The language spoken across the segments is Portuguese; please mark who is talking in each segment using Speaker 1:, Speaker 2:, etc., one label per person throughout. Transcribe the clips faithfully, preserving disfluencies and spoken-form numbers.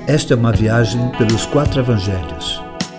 Speaker 1: Esta é uma viagem pelos quatro evangelhos.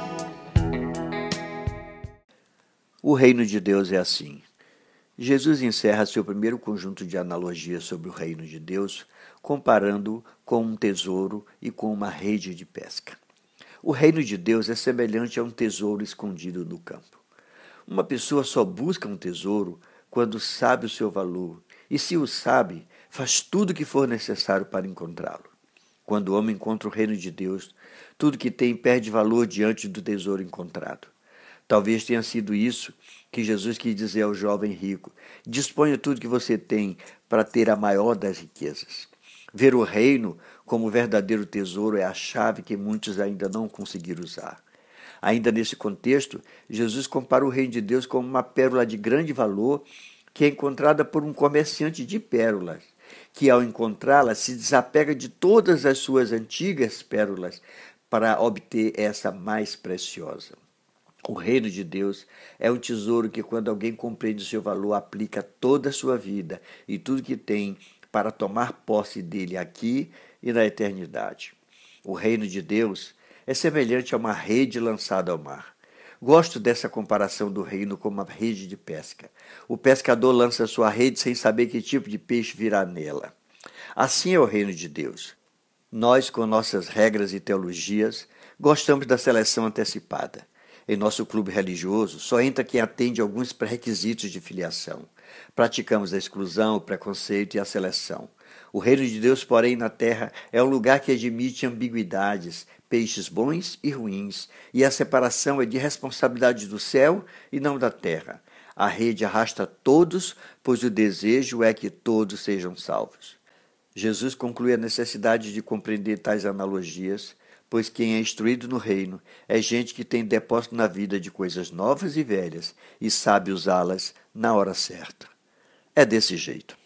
Speaker 2: O reino de Deus é assim. Jesus encerra seu primeiro conjunto de analogias sobre o reino de Deus, comparando-o com um tesouro e com uma rede de pesca. O reino de Deus é semelhante a um tesouro escondido no campo. Uma pessoa só busca um tesouro quando sabe o seu valor, e se o sabe, faz tudo o que for necessário para encontrá-lo. Quando o homem encontra o reino de Deus, tudo que tem perde valor diante do tesouro encontrado. Talvez tenha sido isso que Jesus quis dizer ao jovem rico: disponha tudo que você tem para ter a maior das riquezas. Ver o reino como verdadeiro tesouro é a chave que muitos ainda não conseguiram usar. Ainda nesse contexto, Jesus compara o reino de Deus como uma pérola de grande valor que é encontrada por um comerciante de pérolas, que ao encontrá-la se desapega de todas as suas antigas pérolas para obter essa mais preciosa. O reino de Deus é um tesouro que, quando alguém compreende o seu valor, aplica toda a sua vida e tudo que tem para tomar posse dele aqui e na eternidade. O reino de Deus é semelhante a uma rede lançada ao mar. Gosto dessa comparação do reino como uma rede de pesca. O pescador lança sua rede sem saber que tipo de peixe virá nela. Assim é o reino de Deus. Nós, com nossas regras e teologias, gostamos da seleção antecipada. Em nosso clube religioso, só entra quem atende alguns pré-requisitos de filiação. Praticamos a exclusão, o preconceito e a seleção. O reino de Deus, porém, na terra é um lugar que admite ambiguidades, peixes bons e ruins, e a separação é de responsabilidade do céu e não da terra. A rede arrasta todos, pois o desejo é que todos sejam salvos. Jesus conclui a necessidade de compreender tais analogias, pois quem é instruído no reino é gente que tem depósito na vida de coisas novas e velhas e sabe usá-las na hora certa. É desse jeito.